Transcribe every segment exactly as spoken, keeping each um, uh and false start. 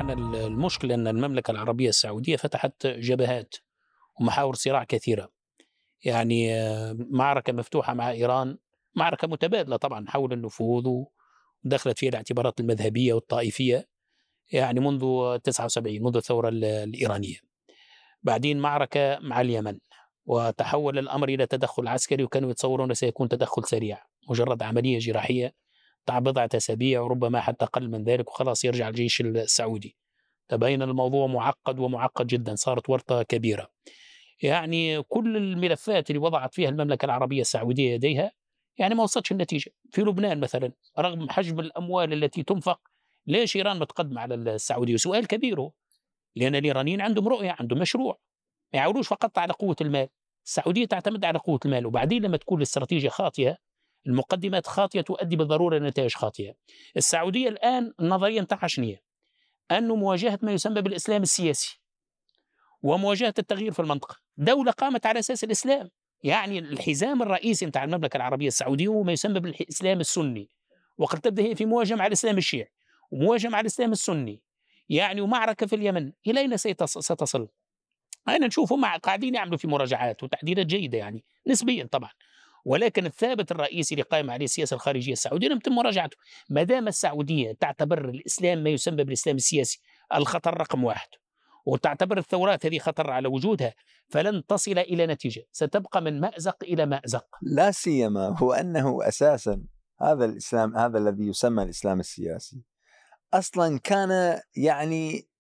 طبعا المشكلة أن المملكة العربية السعودية فتحت جبهات ومحاور صراع كثيرة، يعني معركة مفتوحة مع إيران، معركة متبادلة طبعا حول النفوذ، ودخلت فيها الاعتبارات المذهبية والطائفية يعني منذ تسعة وسبعين، منذ الثورة الإيرانية. بعدين معركة مع اليمن، وتحول الأمر إلى تدخل عسكري، وكانوا يتصورون سيكون تدخل سريع، مجرد عملية جراحية بتاع بضعة أسابيع وربما حتى أقل من ذلك وخلاص يرجع الجيش السعودي. تبين الموضوع معقد ومعقد جدا، صارت ورطة كبيرة. يعني كل الملفات اللي وضعت فيها المملكة العربية السعودية يديها يعني ما وصلتش النتيجة. في لبنان مثلا رغم حجم الأموال التي تنفق، ليش إيران متقدمة على السعودية؟ سؤال كبير هو، لأن الإيرانيين عندهم رؤية، عندهم مشروع، ما يعولوش فقط على قوة المال. السعودية تعتمد على قوة المال، وبعدين لما تكون الاستراتيجية خاطئة، المقدمات خاطئة، تؤدي بالضرورة إلى نتائج خاطئة. السعودية الآن النظرية نتاعها شنو هي؟ أنه مواجهة ما يسمى بالإسلام السياسي ومواجهة التغيير في المنطقة. دولة قامت على أساس الإسلام، يعني الحزام الرئيسي نتاع المملكة العربية السعودية هو ما يسمى بالإسلام السني، وقد تبدأ هي في مواجهة مع الإسلام الشيعي ومواجهة مع الإسلام السني، يعني ومعركة في اليمن. إلى أين ستصل؟ أنا نشوف هم قاعدين يعملوا في مراجعات وتحديدات جيدة يعني نسبيا طبعا، ولكن الثابت الرئيسي اللي قائم عليه السياسة الخارجية السعودية لم يتم مراجعته. ما دام السعودية تعتبر الإسلام ما يسمى بالإسلام السياسي الخطر رقم واحد، وتعتبر الثورات هذه خطر على وجودها، فلن تصل إلى نتيجة، ستبقى من مأزق إلى مأزق. لا سيما هو أنه أساسا هذا الإسلام، هذا الذي يسمى الإسلام السياسي، أصلا كان يعني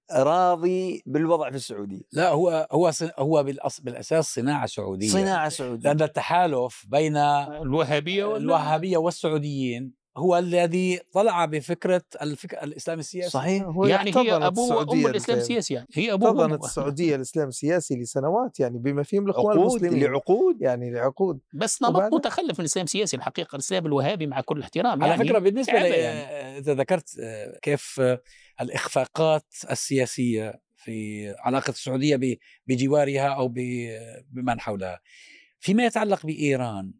راضي بالوضع في السعودية. لا، هو هو هو بالأساس صناعة سعودية، صناعة سعودية، لأن التحالف بين الوهابية الوهابية والسعوديين هو الذي طلع بفكرة الفكر الإسلام السياسي. صحيح، يعني هي أبوه وأم الإسلام السياسي، يعني هي أبوه احتضنت السعودية الإسلام السياسي لسنوات، يعني بما فيهم الإخوان عقود المسلمين، لعقود يعني لعقود، بس نمط متخلف من الإسلام السياسي الحقيقة، الإسلام الوهابي مع كل احترام. على يعني فكرة بالنسبة ل يعني. إذا ذكرت كيف الإخفاقات السياسية في علاقة السعودية بجوارها أو بمن حولها فيما يتعلق بإيران،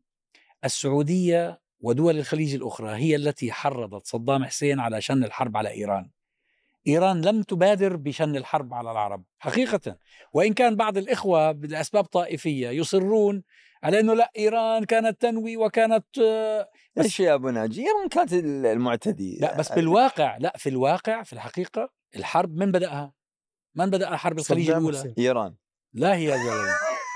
السعودية ودول الخليج الأخرى هي التي حرضت صدام حسين على شن الحرب على إيران. إيران لم تبادر بشن الحرب على العرب حقيقة، وإن كان بعض الإخوة لأسباب طائفية يصرون على أنه لا، إيران كانت تنوي وكانت إيش يا أبو ناجي، إيران كانت المعتدي. لا، بس بالواقع، لا في الواقع في الحقيقة الحرب من بدأها؟ من بدأ حرب الخليج الأولى؟ إيران. لا هي زلمة.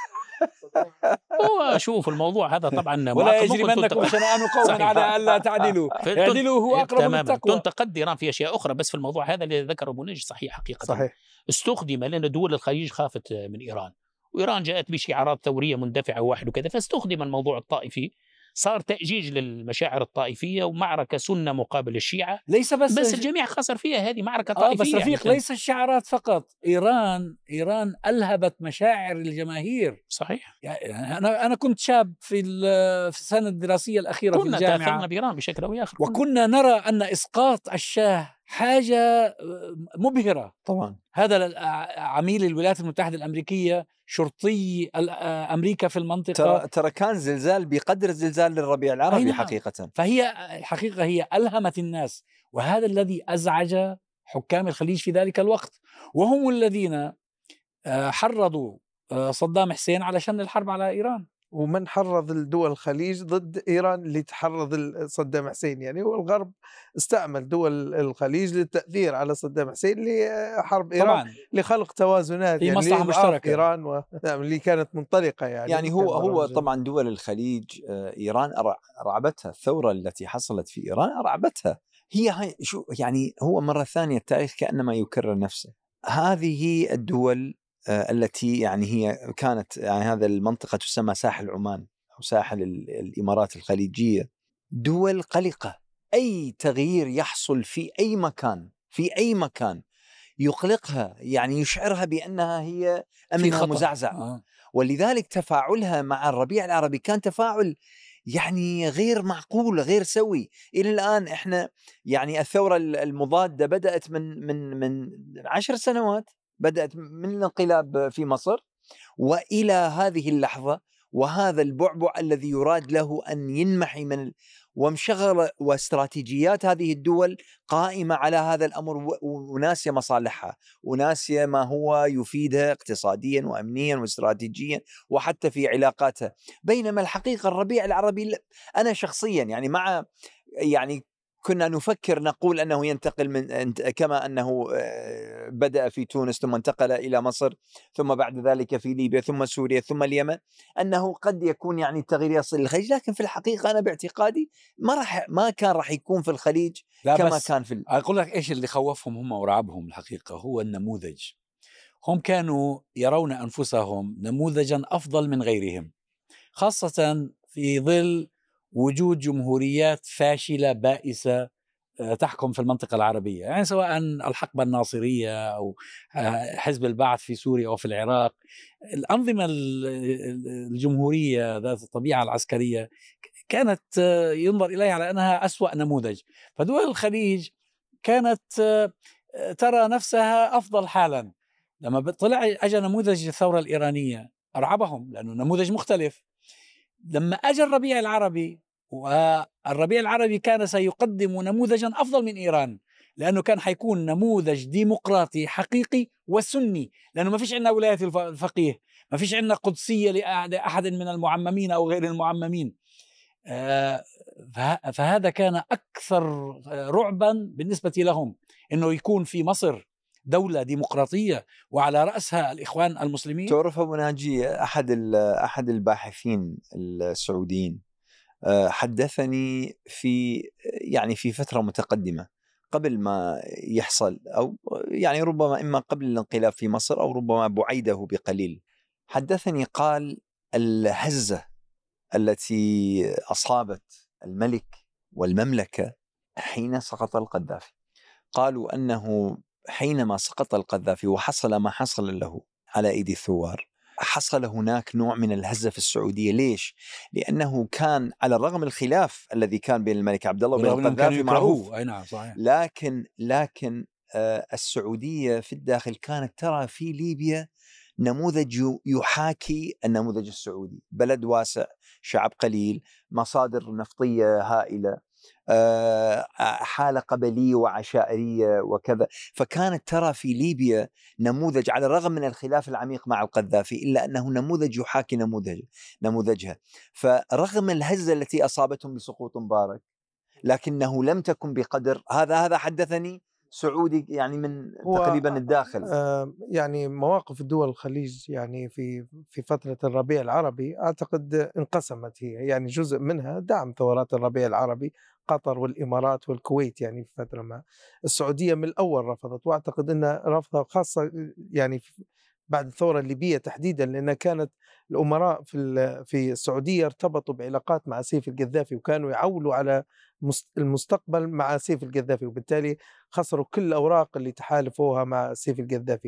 هو شوف الموضوع هذا طبعا ولا يجرمنكم شنآن قوم على ألا تعدلوا، اعدلوا هو أقرب للتقوى. تنتقد إيران في أشياء أخرى، بس في الموضوع هذا اللي ذكره أبو نجي صحيح حقيقة. صحيح. استخدم لأن دول الخليج خافت من إيران، وإيران جاءت بشعارات ثورية مندفعة واحد وكذا، فاستخدم الموضوع الطائفي، صار تأجيج للمشاعر الطائفية ومعركة سنة مقابل الشيعة. ليس بس بس الجميع خسر فيها، هذه معركة آه طائفية. بس رفيق يعني ليس الشعارات فقط، إيران إيران ألهبت مشاعر الجماهير. صحيح. يعني أنا أنا كنت شاب في في السنة الدراسية الأخيرة في الجامعة، كنا تأثرنا بإيران بشكل أو بآخر، وكنا نرى أن إسقاط الشاه حاجة مبهرة. طبعا هذا عميل الولايات المتحدة الأمريكية، شرطي أمريكا في المنطقة، ترى ترى كان زلزال بقدر الزلزال للربيع العربي حقيقة. فهي الحقيقة هي ألهمت الناس، وهذا الذي أزعج حكام الخليج في ذلك الوقت، وهم الذين حرضوا صدام حسين على شن الحرب على إيران. ومن حرض الدول الخليج ضد إيران اللي تحرض صدام حسين؟ يعني هو الغرب استعمل دول الخليج للتأثير على صدام حسين لحرب إيران طبعا، لخلق توازنات في يعني مصلحة مشتركة إيران و... اللي كانت منطلقة. يعني يعني هو هو طبعا دول الخليج، إيران أرعبتها الثورة التي حصلت في إيران، أرعبتها هي هاي. شو يعني هو مرة ثانية التاريخ كأنما يكرر نفسه. هذه الدول التي يعني هي كانت، يعني هذا المنطقة تسمى ساحل عمان أو ساحل الإمارات الخليجية، دول قلقة. أي تغيير يحصل في أي مكان في أي مكان يقلقها، يعني يشعرها بأنها هي أمنها مزعزع. آه. ولذلك تفاعلها مع الربيع العربي كان تفاعل يعني غير معقول، غير سوي. إلى الآن إحنا يعني الثورة المضادة بدأت من من من عشر سنوات، بدأت من الانقلاب في مصر وإلى هذه اللحظة، وهذا البعبع الذي يراد له أن ينمحي من ال... ومشغلة، واستراتيجيات هذه الدول قائمة على هذا الأمر وناسية مصالحها وناسية ما هو يفيدها اقتصاديا وأمنيا واستراتيجيا وحتى في علاقاتها. بينما الحقيقة الربيع العربي أنا شخصيا يعني مع يعني كنا نفكر نقول أنه ينتقل من كما أنه بدأ في تونس ثم انتقل إلى مصر ثم بعد ذلك في ليبيا ثم سوريا ثم اليمن، أنه قد يكون يعني التغيير يصل للخليج، لكن في الحقيقة أنا باعتقادي ما راح ما كان راح يكون في الخليج كما كان في ال... أقول لك إيش اللي خوفهم هم ورعبهم الحقيقة هو النموذج. هم كانوا يرون أنفسهم نموذجا أفضل من غيرهم، خاصة في ظل وجود جمهوريات فاشلة بائسة تحكم في المنطقة العربية، يعني سواء الحقبة الناصرية أو حزب البعث في سوريا أو في العراق. الأنظمة الجمهورية ذات الطبيعة العسكرية كانت ينظر إليها على أنها أسوأ نموذج، فدول الخليج كانت ترى نفسها أفضل حالا. لما طلع أجى نموذج الثورة الإيرانية أرعبهم لأنه نموذج مختلف. لما أجى الربيع العربي، والربيع العربي كان سيقدم نموذجا أفضل من إيران، لأنه كان حيكون نموذج ديمقراطي حقيقي وسني، لأنه ما فيش عندنا ولاية الفقيه، ما فيش عندنا قدسية لأحد من المعممين أو غير المعممين. فهذا كان أكثر رعبا بالنسبة لهم، أنه يكون في مصر دولة ديمقراطية وعلى رأسها الإخوان المسلمين. تعرف أبو ناجي، أحد أحد الباحثين السعوديين حدثني في يعني في فترة متقدمة قبل ما يحصل، أو يعني ربما إما قبل الانقلاب في مصر أو ربما بعيده بقليل، حدثني قال الهزة التي أصابت الملك والمملكة حين سقط القذافي، قالوا أنه حينما سقط القذافي وحصل ما حصل له على أيدي الثوار، حصل هناك نوع من الهزة في السعودية. ليش؟ لأنه كان على الرغم من الخلاف الذي كان بين الملك عبد الله وبين القذافي معروف، أي نعم صحيح، لكن لكن آه السعودية في الداخل كانت ترى في ليبيا نموذج يحاكي النموذج السعودي، بلد واسع، شعب قليل، مصادر نفطية هائلة، حالة قبلية وعشائرية وكذا. فكانت ترى في ليبيا نموذج على الرغم من الخلاف العميق مع القذافي إلا أنه نموذج يحاكي نموذج نموذجها. فرغم الهزة التي أصابتهم بسقوط مبارك لكنه لم تكن بقدر هذا. هذا حدثني سعودي يعني من تقريبا الداخل. آه يعني مواقف الدول الخليج يعني في في فترة الربيع العربي أعتقد انقسمت هي، يعني جزء منها دعم ثورات الربيع العربي، قطر والإمارات والكويت يعني في فترة ما. السعودية من الأول رفضت، وأعتقد أنها رفضها خاصة يعني بعد الثورة الليبية تحديدا، لأنها كانت الأمراء في في السعودية ارتبطوا بعلاقات مع سيف القذافي وكانوا يعولوا على المستقبل مع سيف القذافي، وبالتالي خسروا كل الأوراق اللي تحالفوها مع سيف القذافي.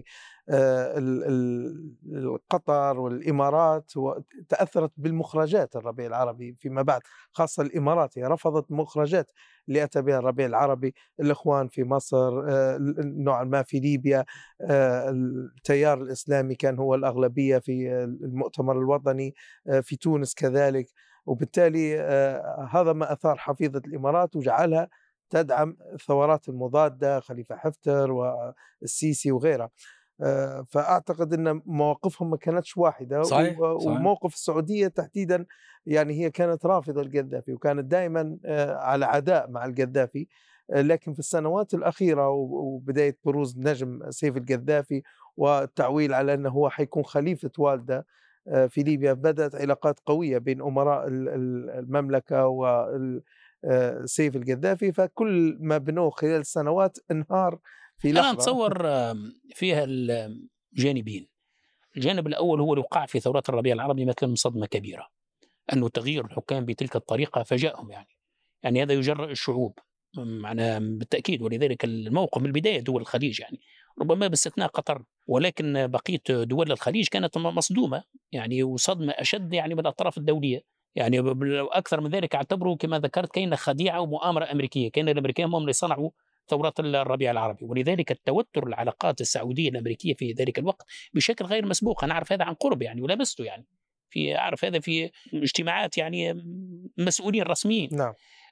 قطر والإمارات تأثرت بالمخرجات الربيع العربي فيما بعد، خاصة الإمارات هي رفضت مخرجات اللي أتى بها الربيع العربي، الإخوان في مصر نوعا ما، في ليبيا التيار الإسلامي كان هو الأغلبية في المؤتمر الوطني، في تونس كذلك. وبالتالي هذا ما أثار حفيظة الإمارات وجعلها تدعم الثورات المضادة، خليفة حفتر والسيسي وغيرها. فأعتقد أن مواقفهم ما كانتش واحدة. صحيح. وموقف السعودية تحديدا يعني هي كانت رافضة القذافي وكانت دائما على عداء مع القذافي، لكن في السنوات الأخيرة وبداية بروز نجم سيف القذافي والتعويل على أنه هو حيكون خليفة والده في ليبيا، بدأت علاقات قوية بين أمراء المملكة وسيف القذافي، فكل ما بنوه خلال السنوات انهار في لحظة. أنا أتصور فيها الجانبين. الجانب الأول هو الوقوع في ثورات الربيع العربي مثل صدمة كبيرة، أنه تغيير الحكام بتلك الطريقة فاجأهم، يعني يعني هذا يجرأ الشعوب معنا بالتأكيد. ولذلك الموقف من البداية دول الخليج يعني ربما باستثناء قطر، ولكن بقية دول الخليج كانت مصدومة يعني، وصدمة أشد يعني من الأطراف الدولية. يعني أكثر من ذلك اعتبروا كما ذكرت كأن خديعة ومؤامرة أمريكية، كان الأمريكان هم اللي صنعوا ثورات الربيع العربي. ولذلك التوتر العلاقات السعودية الأمريكية في ذلك الوقت بشكل غير مسبوق. أنا أعرف هذا عن قرب يعني، ولمسته يعني، في أعرف هذا في اجتماعات يعني مسؤولين رسميين. نعم.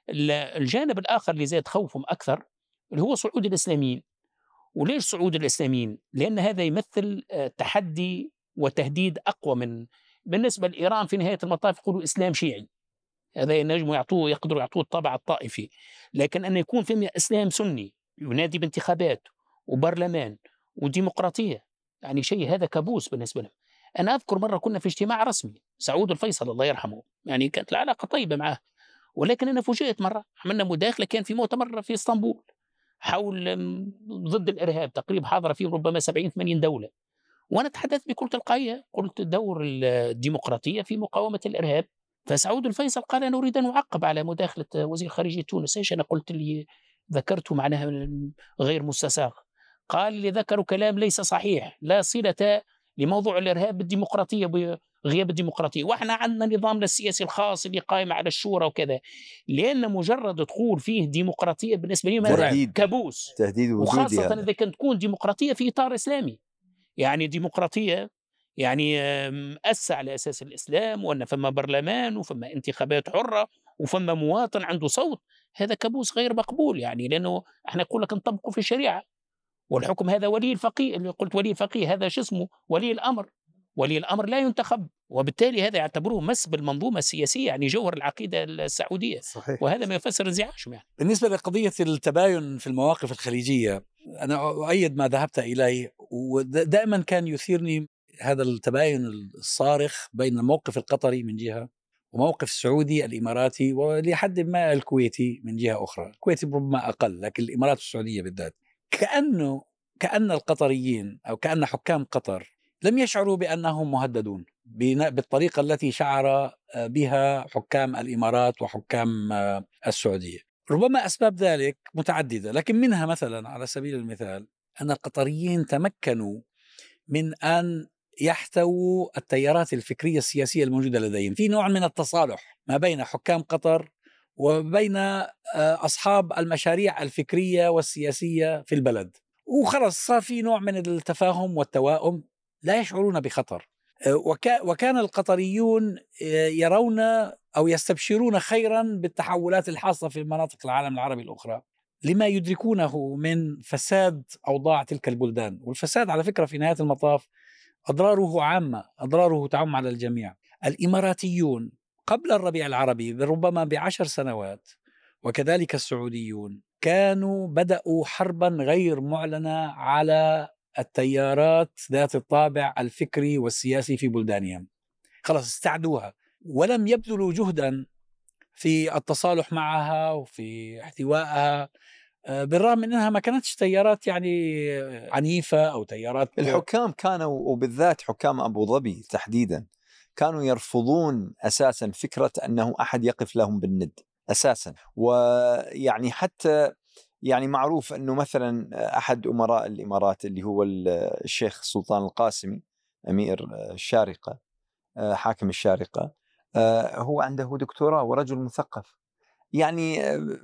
الجانب الآخر اللي زاد خوفهم أكثر اللي هو صعود الإسلاميين. وليش صعود الإسلاميين؟ لأن هذا يمثل تحدي وتهديد أقوى من بالنسبة لإيران. في نهاية المطاف يقولوا إسلام شيعي، هذا ينجموا يعطوه يقدروا يعطوه الطابع الطائفي، لكن أن يكون في إسلام سني ينادي بانتخابات وبرلمان وديمقراطية، يعني شيء هذا كابوس بالنسبة لهم. أنا أذكر مرة كنا في اجتماع رسمي سعود الفيصل الله يرحمه، يعني كانت العلاقة طيبة معه، ولكن أنا فوجئت مرة عملنا مداخلة كان في مؤتمر في اسطنبول حول ضد الإرهاب تقريبا حاضرة فيه ربما سبعين ثمانين دولة، وأنا تحدثت بكل تلقائية قلت دور الديمقراطية في مقاومة الإرهاب. فسعود الفيصل قال أنا أريد أن أعقب على مداخلة وزير خارجية تونس. إيش أنا قلت لي ذكرته معناها غير مستساغ؟ قال لي ذكروا كلام ليس صحيح، لا صلة لموضوع الإرهاب بالديمقراطية بغياب الديمقراطية، وإحنا عندنا نظامنا السياسي الخاص اللي قائم على الشورى وكذا. لأن مجرد دخول فيه ديمقراطية بالنسبة لي كابوس، تهديد وجودي، وخاصة إذا كانت تكون ديمقراطية في إطار إسلامي، يعني ديمقراطية يعني مؤسسة على أساس الإسلام، وأن فما برلمان وفما انتخابات حرة وفما مواطن عنده صوت. هذا كابوس غير مقبول، يعني لأنه احنا نقول لك نطبقه في الشريعة، والحكم هذا ولي الفقيه اللي قلت ولي الفقيه هذا شو اسمه ولي الأمر، ولي الأمر لا ينتخب، وبالتالي هذا يعتبروه مس بالمنظومة السياسية، يعني جوهر العقيدة السعودية. صحيح. وهذا ما يفسر انزعاجهم. يعني بالنسبة لقضية التباين في المواقف الخليجية، أنا أؤيد ما ذهبت إليه، ودائما كان يثيرني هذا التباين الصارخ بين الموقف القطري من جهة وموقف السعودي الإماراتي ولحد ما الكويتي من جهة أخرى. الكويتي ربما أقل، لكن الإمارات والسعودية بالذات كأنه كأن القطريين أو كأن حكام قطر لم يشعروا بأنهم مهددون بالطريقة التي شعر بها حكام الإمارات وحكام السعودية. ربما أسباب ذلك متعددة، لكن منها مثلا على سبيل المثال أن القطريين تمكنوا من أن يحتووا التيارات الفكرية السياسية الموجودة لديهم، في نوع من التصالح ما بين حكام قطر وبين أصحاب المشاريع الفكرية والسياسية في البلد، وخلص صار في نوع من التفاهم والتواؤم، لا يشعرون بخطر. وكان القطريون يرون أو يستبشرون خيرا بالتحولات الحاصلة في مناطق العالم العربي الأخرى لما يدركونه من فساد أوضاع تلك البلدان. والفساد على فكرة في نهاية المطاف أضراره عامة، أضراره تعم على الجميع. الإماراتيون قبل الربيع العربي ربما بعشر سنوات وكذلك السعوديون كانوا بدأوا حربا غير معلنة على التيارات ذات الطابع الفكري والسياسي في بلدانهم، خلاص استعدوها، ولم يبذلوا جهدا في التصالح معها وفي احتوائها، بالرغم من أنها ما كانتش تيارات يعني عنيفة أو تيارات. الحكام كانوا وبالذات حكام أبو ظبي تحديدا كانوا يرفضون أساسا فكرة أنه أحد يقف لهم بالند أساسا. ويعني حتى يعني معروف أنه مثلا أحد أمراء الإمارات اللي هو الشيخ سلطان القاسمي أمير الشارقة حاكم الشارقة، هو عنده دكتوراه ورجل مثقف، يعني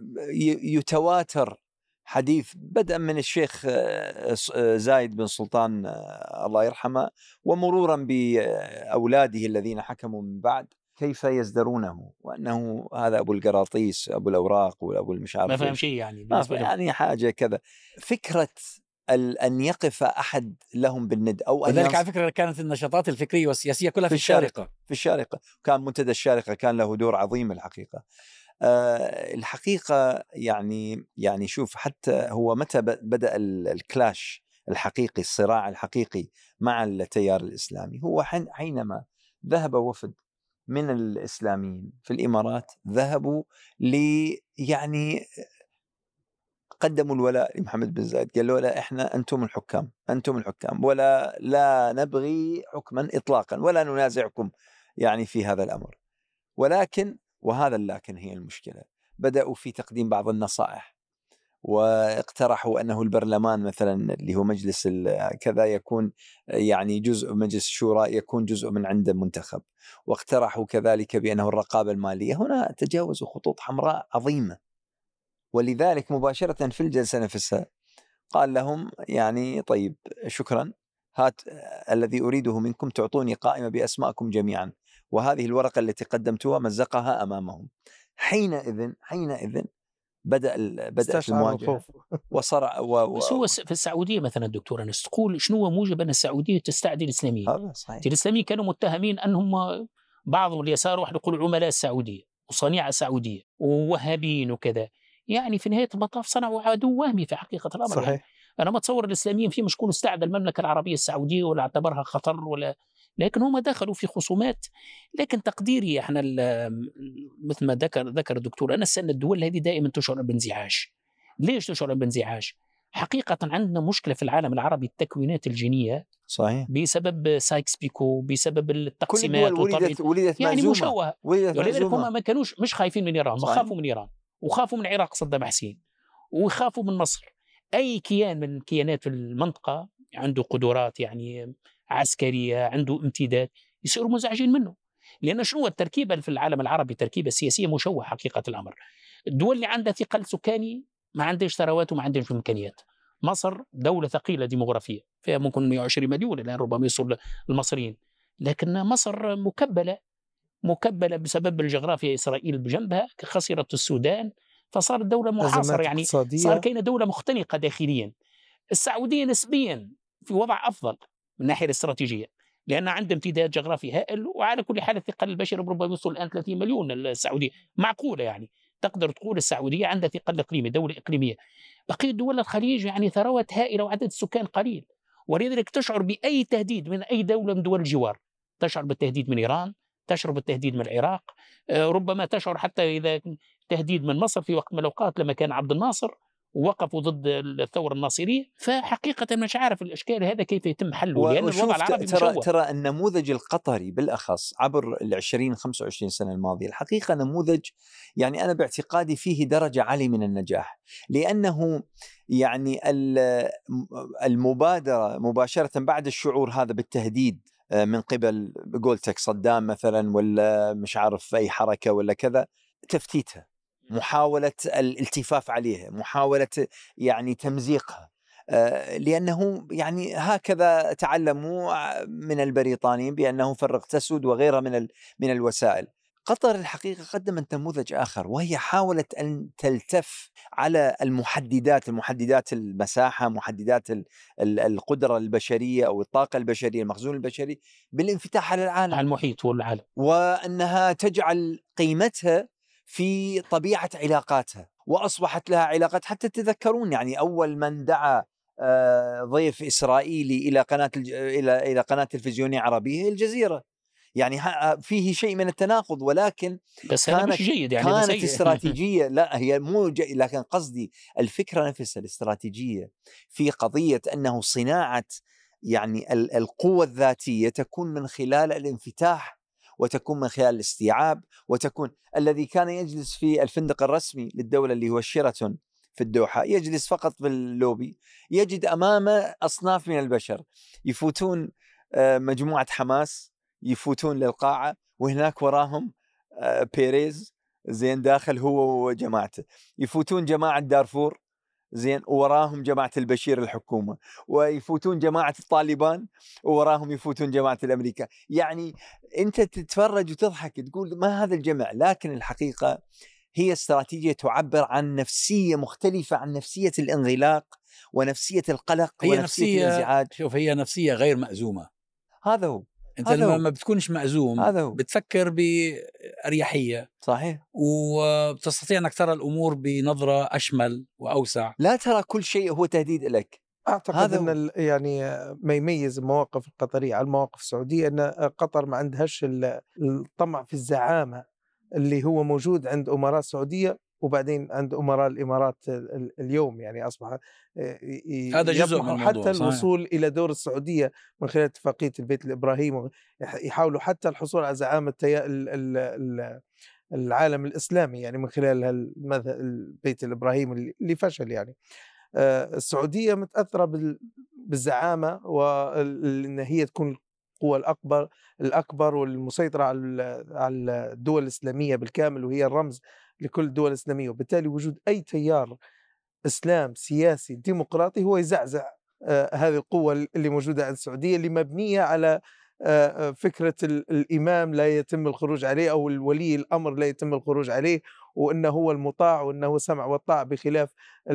يتواتر حديث بدءا من الشيخ زايد بن سلطان الله يرحمه ومرورا بأولاده الذين حكموا من بعد كيف يزدرونه، وأنه هذا أبو القراطيس أبو الأوراق وأبو المشعر، ما فهم شيء يعني يعني حاجة كذا. فكرة أن يقف أحد لهم بالند أو أن وذلك على فكرة كانت النشاطات الفكرية والسياسية كلها في, في الشارقة في الشارقة كان منتدى الشارقة كان له دور عظيم الحقيقة. أه الحقيقة يعني يعني شوف حتى هو متى بدأ الكلاش الحقيقي الصراع الحقيقي مع التيار الإسلامي هو حينما ذهب وفد من الإسلاميين في الإمارات ذهبوا لي يعني قدموا الولاء لمحمد بن زايد، قالوا لا إحنا أنتم الحكام أنتم الحكام ولا لا نبغي حكما إطلاقا ولا ننازعكم يعني في هذا الأمر. ولكن وهذا لكن هي المشكلة بدأوا في تقديم بعض النصائح واقترحوا أنه البرلمان مثلا اللي هو مجلس كذا يكون يعني جزء مجلس الشورى يكون جزء من عنده منتخب، واقترحوا كذلك بأنه الرقابة المالية. هنا تجاوزوا خطوط حمراء عظيمة، ولذلك مباشرة في الجلسة نفسها قال لهم يعني طيب شكرا، هات الذي أريده منكم تعطوني قائمة بأسمائكم جميعا، وهذه الورقة التي قدمتوها مزقها أمامهم. حينئذ حينئذ بدأ بدأت المواجهة وصار و... بس هو في السعودية مثلا دكتور أنس تقول شنو موجب أن السعودية تستعدي الإسلاميين؟ هذا صحيح. الإسلاميين كانوا متهمين أنهم بعضهم اليسار واحد يقول عملاء السعودية وصنيعة سعودية ووهابيين وكذا، يعني في نهاية المطاف صنعوا عدو وهمي في حقيقة الأمر. صحيح. يعني أنا ما أتصور الإسلاميين في مشكون استعدى المملكة العربية السعودية ولا اعتبرها خطر ولا، لكن هم دخلوا في خصومات. لكن تقديري احنا مثل ما ذكر ذكر الدكتور أنس أن الدول هذه دائما تشعر بانزعاج. ليش تشعر بانزعاج؟ حقيقة عندنا مشكلة في العالم العربي التكوينات الجينية. صحيح. بسبب سايكس بيكو، بسبب التقسيمات، كل الدول ولدت ولدت يعني مهزومة. مشوهة. ولذلك هم ما كانوش مش خايفين من إيران، ما خافوا من إيران وخافوا من العراق صدام حسين وخافوا من مصر. أي كيان من كيانات في المنطقة عنده قدرات يعني عسكرية، عنده امتداد، يصيروا مزعجين منه. لأن شنو التركيبة في العالم العربي؟ تركيبة سياسية مشوهة حقيقة الأمر. الدول اللي عندها ثقل سكاني ما عندهاش ثروات وما عندهاش إمكانيات. مصر دولة ثقيلة ديموغرافية، فيها ممكن مئة وعشرين مليون الآن ربما يوصل المصريين، لكن مصر مكبلة مكبلة بسبب الجغرافيا. إسرائيل بجنبها، خسرت السودان، فصارت دولة محاصرة، يعني صار كأنها دولة مختنقة داخليا. السعودية نسبيا في وضع أفضل من الناحية الاستراتيجية، لأن عندها امتداد جغرافي هائل، وعلى كل حال الثقل البشري ربما يوصل الآن ثلاثين مليون. السعودية معقولة، يعني تقدر تقول السعودية عندها ثقل إقليمي، دولة إقليمية. بقية دول الخليج يعني ثروات هائلة وعدد السكان قليل، ولذلك تشعر بأي تهديد من أي دولة من دول الجوار. تشعر بالتهديد من إيران، تشعر بالتهديد من العراق، ربما تشعر حتى إذا تهديد من مصر في وقت من الأوقات لما كان عبد الناصر ووقفوا ضد الثورة الناصرية. فحقيقة مش عارف الإشكال هذا كيف يتم حله، لأن الوضع العربي ترى مشوه. ترى النموذج القطري بالأخص عبر العشرين خمسة وعشرين سنة الماضية الحقيقة نموذج يعني أنا باعتقادي فيه درجة عالية من النجاح، لأنه يعني المبادرة مباشرة بعد الشعور هذا بالتهديد من قبل بقولتك صدام مثلا ولا مش عارف أي حركة ولا كذا، تفتيتها، محاولة الالتفاف عليها، محاولة يعني تمزيقها، لأنه يعني هكذا تعلموا من البريطانيين بأنه فرق تسود وغيرها من من الوسائل. قطر الحقيقة قدمت نموذج آخر، وهي حاولت أن تلتف على المحددات المحددات المساحة، محددات القدرة البشرية أو الطاقة البشرية، المخزون البشري، بالانفتاح على العالم، على المحيط والعالم، وأنها تجعل قيمتها في طبيعة علاقاتها، وأصبحت لها علاقات. حتى تذكرون يعني أول من دعا ضيف إسرائيلي إلى قناة إلى إلى قناة تلفزيونية عربية الجزيرة، يعني فيه شيء من التناقض، ولكن بس كانت مش جيد يعني كانت استراتيجية. لا هي مو جيد، لكن قصدي الفكرة نفسها الاستراتيجية في قضية أنه صناعة يعني القوة الذاتية تكون من خلال الانفتاح، وتكون من خلال الاستيعاب، وتكون الذي كان يجلس في الفندق الرسمي للدولة اللي هو الشيراتون في الدوحة يجلس فقط في اللوبي، يجد أمامه أصناف من البشر يفوتون مجموعة حماس، يفوتون للقاعة، وهناك وراهم بيريز زين داخل هو وجماعته، يفوتون جماعة دارفور زين وراهم جماعة البشير الحكومة، ويفوتون جماعة الطالبان وراهم يفوتون جماعة الأمريكا. يعني أنت تتفرج وتضحك تقول ما هذا الجمع، لكن الحقيقة هي استراتيجية تعبر عن نفسية مختلفة عن نفسية الانغلاق ونفسية القلق هي ونفسية نفسية الانزعاج. شوف هي نفسية غير مأزومة. هذا هو. انت لما ما بتكونش مأزوم بتفكر بأريحية، صحيح، وبتستطيع انك ترى الامور بنظرة اشمل واوسع، لا ترى كل شيء هو تهديد لك. اعتقد ان يعني ما يميز المواقف القطرية على المواقف السعودية ان قطر ما عندهاش الطمع في الزعامة اللي هو موجود عند امراء السعودية وبعدين عند امراء الامارات اليوم. يعني اصبح هذا جزء من الموضوع، حتى الوصول الى دور السعوديه من خلال اتفاقيه البيت الابراهيمي، يحاولوا حتى الحصول على زعامه العالم الاسلامي يعني من خلال البيت الابراهيمي اللي فشل. يعني السعوديه متاثره بالزعامه وان هي تكون القوة الأكبر الأكبر والمسيطرة على الدول الإسلامية بالكامل، وهي الرمز لكل الدول الإسلامية، وبالتالي وجود أي تيار إسلام سياسي ديمقراطي هو يزعزع آه هذه القوة اللي موجودة عند السعودية، اللي مبنية على فكرة الإمام لا يتم الخروج عليه، أو الولي الأمر لا يتم الخروج عليه، وأنه هو المطاع وأنه سمع والطاعة، بخلاف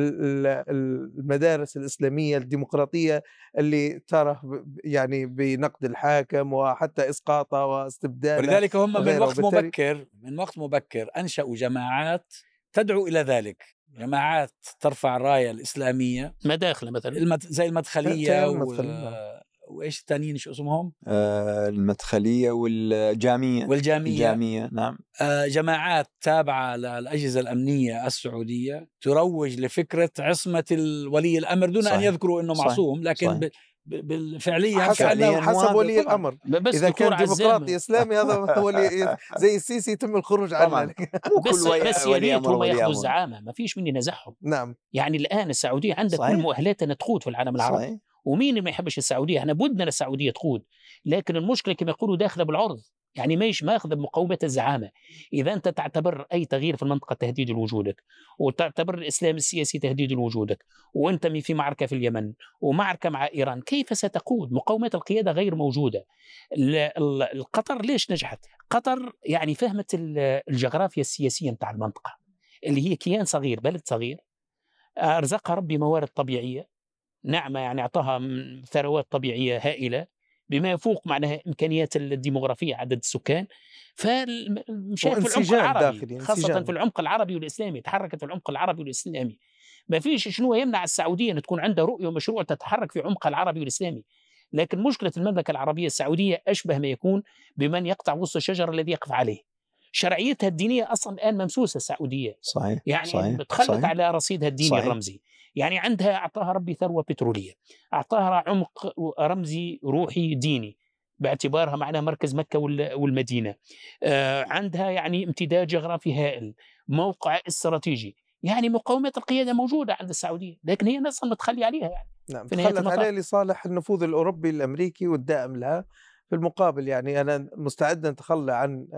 المدارس الإسلامية الديمقراطية اللي ترى يعني بنقد الحاكم وحتى إسقاطه واستبداله. ولذلك هم من وقت مبكر من وقت مبكر أنشأوا جماعات تدعو إلى ذلك، جماعات ترفع الراية الإسلامية، مداخل مثلا المد... زي المدخلية و... المدخلية. وإيش التانيين شو اسمهم؟ آه المدخلية والجامية والجامية الجامية نعم. آه جماعات تابعة للأجهزة الأمنية السعودية تروج لفكرة عصمة الولي الأمر دون صحيح. أن يذكروا أنه معصوم، لكن ب... بالفعلية حسب, حسب ولي الأمر. إذا كان ديمقراطي إسلامي هذا ولي زي السيسي يتم الخروج عنه. بس, بس يا ريت هم ياخذوا الزعامة، ما فيش مني نزعهم. نعم. يعني الآن السعودية عندها كل مؤهلات أن تقود في العالم العربي صحيح. ومين اللي ما يحبش السعودية؟ احنا بدنا السعودية تقود، لكن المشكلة كما يقولوا داخلة بالعرض، يعني مايش ماخذ بمقومة الزعامة. إذا أنت تعتبر أي تغيير في المنطقة تهديد لوجودك، وتعتبر الإسلام السياسي تهديد لوجودك، وأنت في معركة في اليمن ومعركة مع إيران، كيف ستقود؟ مقومات القيادة غير موجودة. القطر ليش نجحت؟ قطر يعني فهمت الجغرافيا السياسية متاع المنطقة، اللي هي كيان صغير، بلد صغير، أرزقها ربي موارد طبيعية نعمة، يعني أعطاها ثروات طبيعية هائلة بما يفوق معناها إمكانيات الديموغرافية عدد السكان، فمشات في العمق العربي خاصة في العمق العربي والإسلامي، تحركت في العمق العربي والإسلامي. ما فيش شنو يمنع السعودية أن تكون عندها رؤية ومشروع تتحرك في عمق العربي والإسلامي، لكن مشكلة المملكة العربية السعودية أشبه ما يكون بمن يقطع وسط الشجر الذي يقف عليه. شرعيتها الدينية أصلا الآن ممسوسة السعودية صحيح. يعني صحيح. تخلت صحيح. على رصيدها الديني صحيح. الرمزي، يعني عندها أعطاها ربي ثروة بترولية، أعطاها عمق رمزي روحي ديني باعتبارها معناها مركز مكة والمدينة، آه عندها يعني امتداد جغرافي هائل، موقع استراتيجي، يعني مقومات القيادة موجودة عند السعودية، لكن هي أصلا متخلي عليها يعني نعم تخلت عليها لصالح النفوذ الأوروبي الأمريكي والدائم لها. في المقابل يعني أنا مستعد أن أتخلى عن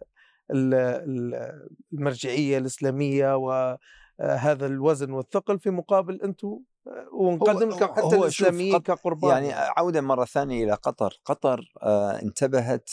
المرجعية الإسلامية وهذا الوزن والثقل في مقابل أنتم، ونقدم لكم حتى الإسلاميين كقربان. يعني عودة مرة ثانية إلى قطر. قطر آه انتبهت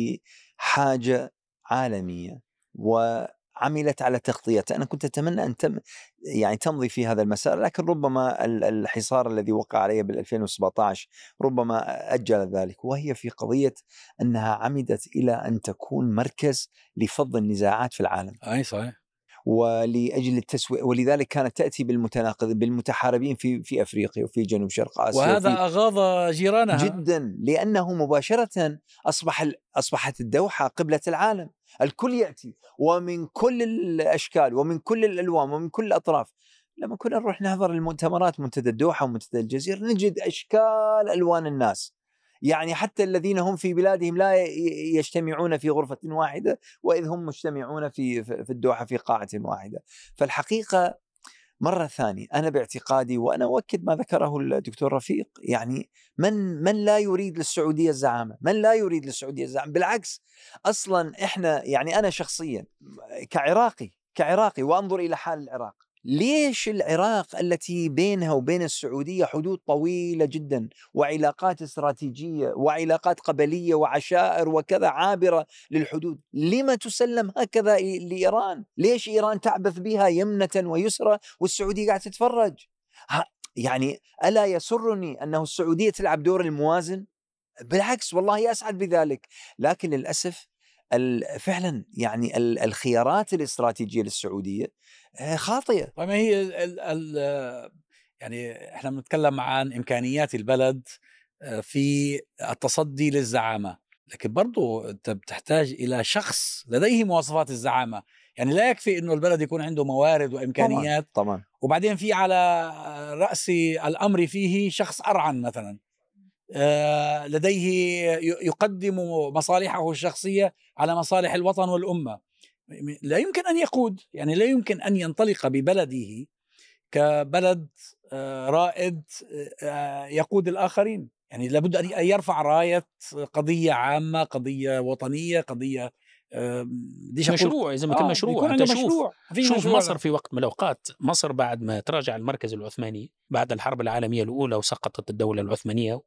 لحاجة عالمية وعملت على تغطيتها. أنا كنت أتمنى أن تم يعني تمضي في هذا المسار، لكن ربما الحصار الذي وقع عليه بال ألفين وسبعة عشر ربما أجل ذلك، وهي في قضية أنها عمدت إلى أن تكون مركز لفض النزاعات في العالم. أي صحيح. ولأجل التسوية، ولذلك كانت تأتي بالمتناقض بالمتحاربين في في أفريقيا وفي جنوب شرق آسيا، وهذا أغاض جيرانها جدا، لأنه مباشرة أصبح أصبحت الدوحة قبلة العالم، الكل يأتي ومن كل الأشكال ومن كل الألوان ومن كل الأطراف. لما كنا نروح نحضر المؤتمرات منتدى الدوحة ومنتدى الجزيرة نجد أشكال ألوان الناس، يعني حتى الذين هم في بلادهم لا يجتمعون في غرفة واحدة، وإذ هم مجتمعون في في الدوحة في قاعة واحدة. فالحقيقة مرة ثانية أنا باعتقادي، وأنا أؤكد ما ذكره الدكتور رفيق، يعني من من لا يريد للسعودية الزعامة، من لا يريد للسعودية الزعامة، بالعكس أصلا إحنا يعني أنا شخصيا كعراقي كعراقي وأنظر إلى حال العراق، ليش العراق التي بينها وبين السعودية حدود طويلة جدا وعلاقات استراتيجية وعلاقات قبلية وعشائر وكذا عابرة للحدود، لما تسلم هكذا لإيران؟ ليش إيران تعبث بها يمنة ويسرى والسعودية قاعدة تتفرج؟ يعني ألا يسرني أنه السعودية تلعب دور الموازن؟ بالعكس والله أسعد بذلك، لكن للأسف فعلا يعني الخيارات الاستراتيجية للسعودية خاطئة. طيب هي ال ال يعني احنا بنتكلم عن إمكانيات البلد في التصدي للزعامة، لكن برضو انت بتحتاج إلى شخص لديه مواصفات الزعامة. يعني لا يكفي إنه البلد يكون عنده موارد وإمكانيات طبعا, طبعا. وبعدين في على رأس الأمر فيه شخص أرعن مثلا لديه يقدم مصالحه الشخصية على مصالح الوطن والأمة، لا يمكن أن يقود، يعني لا يمكن أن ينطلق ببلده كبلد رائد يقود الآخرين. يعني لابد أن يرفع راية قضية عامة، قضية وطنية، قضية مشروع. إذا ما كان آه مشروع أنت مشروع. شوف, شوف مصر في وقت من الأوقات، مصر بعد ما تراجع المركز العثماني بعد الحرب العالمية الأولى وسقطت الدولة العثمانية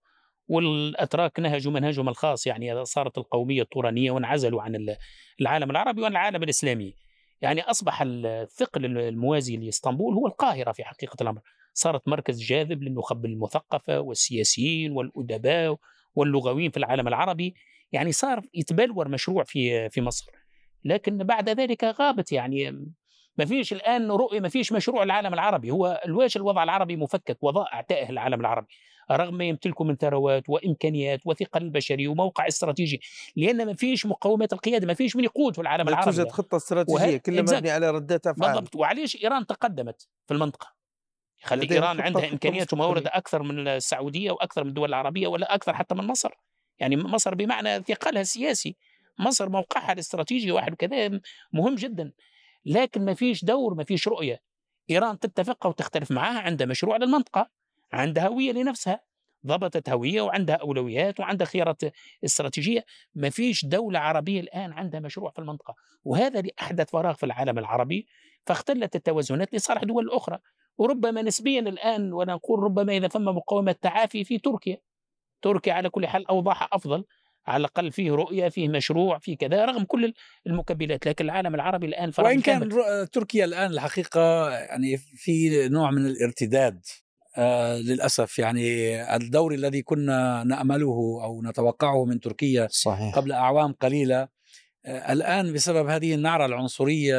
والأتراك نهجوا منهجهم الخاص، يعني صارت القومية الطورانية وانعزلوا عن العالم العربي والعالم الإسلامي. يعني أصبح الثقل الموازي لإسطنبول هو القاهرة في حقيقة الأمر، صارت مركز جاذب للنخب المثقفة والسياسيين والأدباء واللغويين في العالم العربي. يعني صار يتبلور مشروع في في مصر، لكن بعد ذلك غابت. يعني ما فيش الآن رؤية، ما فيش مشروع العالم العربي. هو الواجه الوضع العربي مفكك، وضائع تائه العالم العربي رغم ما يمتلكه من ثروات وإمكانيات وثقل بشري وموقع استراتيجي، لأن ما فيش مقومات القيادة، ما فيش من يقود في العالم لا العربي. توجد خطة استراتيجية، كلها مبني على ردات أفعال. بالضبط. وعليش إيران تقدمت في المنطقة؟ خلي إيران عندها إمكانيات وموارد أكثر من السعودية وأكثر من الدول العربية، ولا أكثر حتى من مصر. يعني مصر بمعنى ثقلها السياسي، مصر موقعها الاستراتيجي واحد وكذا مهم جدا، لكن ما فيش دور، ما فيش رؤية. إيران تتفق وتختلف معها، عندها مشروع للمنطقة، عندها هوية لنفسها، ضبطت هوية وعندها أولويات وعندها خيارات استراتيجية. ما فيش دولة عربية الآن عندها مشروع في المنطقة، وهذا اللي أحدث فراغ في العالم العربي، فاختلت التوازنات لصالح دول أخرى. وربما نسبيا الآن، وأنا نقول ربما إذا فما مقاومة تعافي في تركيا، تركيا على كل حال أوضاعها أفضل، على الأقل فيه رؤية، فيه مشروع، فيه كذا، رغم كل المكبلات. لكن العالم العربي الآن فرق، وإن كان تركيا الآن الحقيقة يعني في نوع من الارتداد آه للأسف. يعني الدور الذي كنا نأمله أو نتوقعه من تركيا صحيح. قبل أعوام قليلة، آه الآن بسبب هذه النعرة العنصرية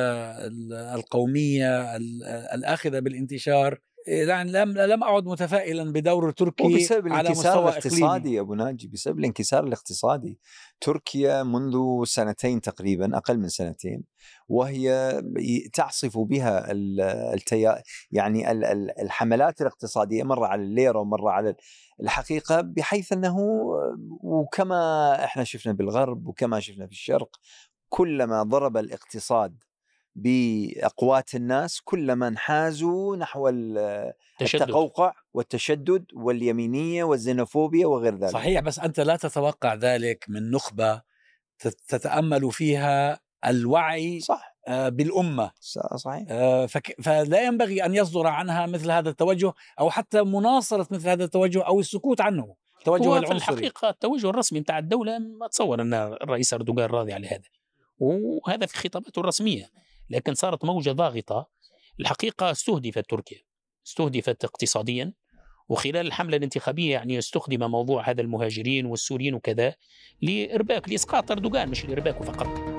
القومية الآخذة بالانتشار، يعني لم لم أعد متفائلا بدور تركي على مستوى الاقتصادي. أبو ناجي بسبب الانكسار الاقتصادي، تركيا منذ سنتين تقريبا، أقل من سنتين، وهي تعصف بها التيا يعني الحملات الاقتصادية، مرة على الليرة ومرة على الحقيقة، بحيث أنه وكما احنا شفنا بالغرب وكما شفنا في الشرق، كلما ضرب الاقتصاد بأقوات الناس كلما انحازوا نحو التقوقع والتشدد واليمينية والزينوفوبيا وغير ذلك. صحيح، بس أنت لا تتوقع ذلك من نخبة تتأمل فيها الوعي صح. بالأمة. صحيح. فلا ينبغي أن يصدر عنها مثل هذا التوجه، أو حتى مناصرة مثل هذا التوجه، أو السكوت عنه. التوجه العنصري في الحقيقة التوجه الرسمي متاع الدولة، ما أتصور أن الرئيس أردوغان راضي على هذا، وهذا في خطاباته الرسمية. لكن صارت موجة ضاغطة. الحقيقة استهدفت تركيا، استهدفت اقتصاديا، وخلال الحملة الانتخابية يعني استخدم موضوع هذا المهاجرين والسوريين وكذا لإرباك، لإسقاط أردوغان، مش لإرباكه فقط.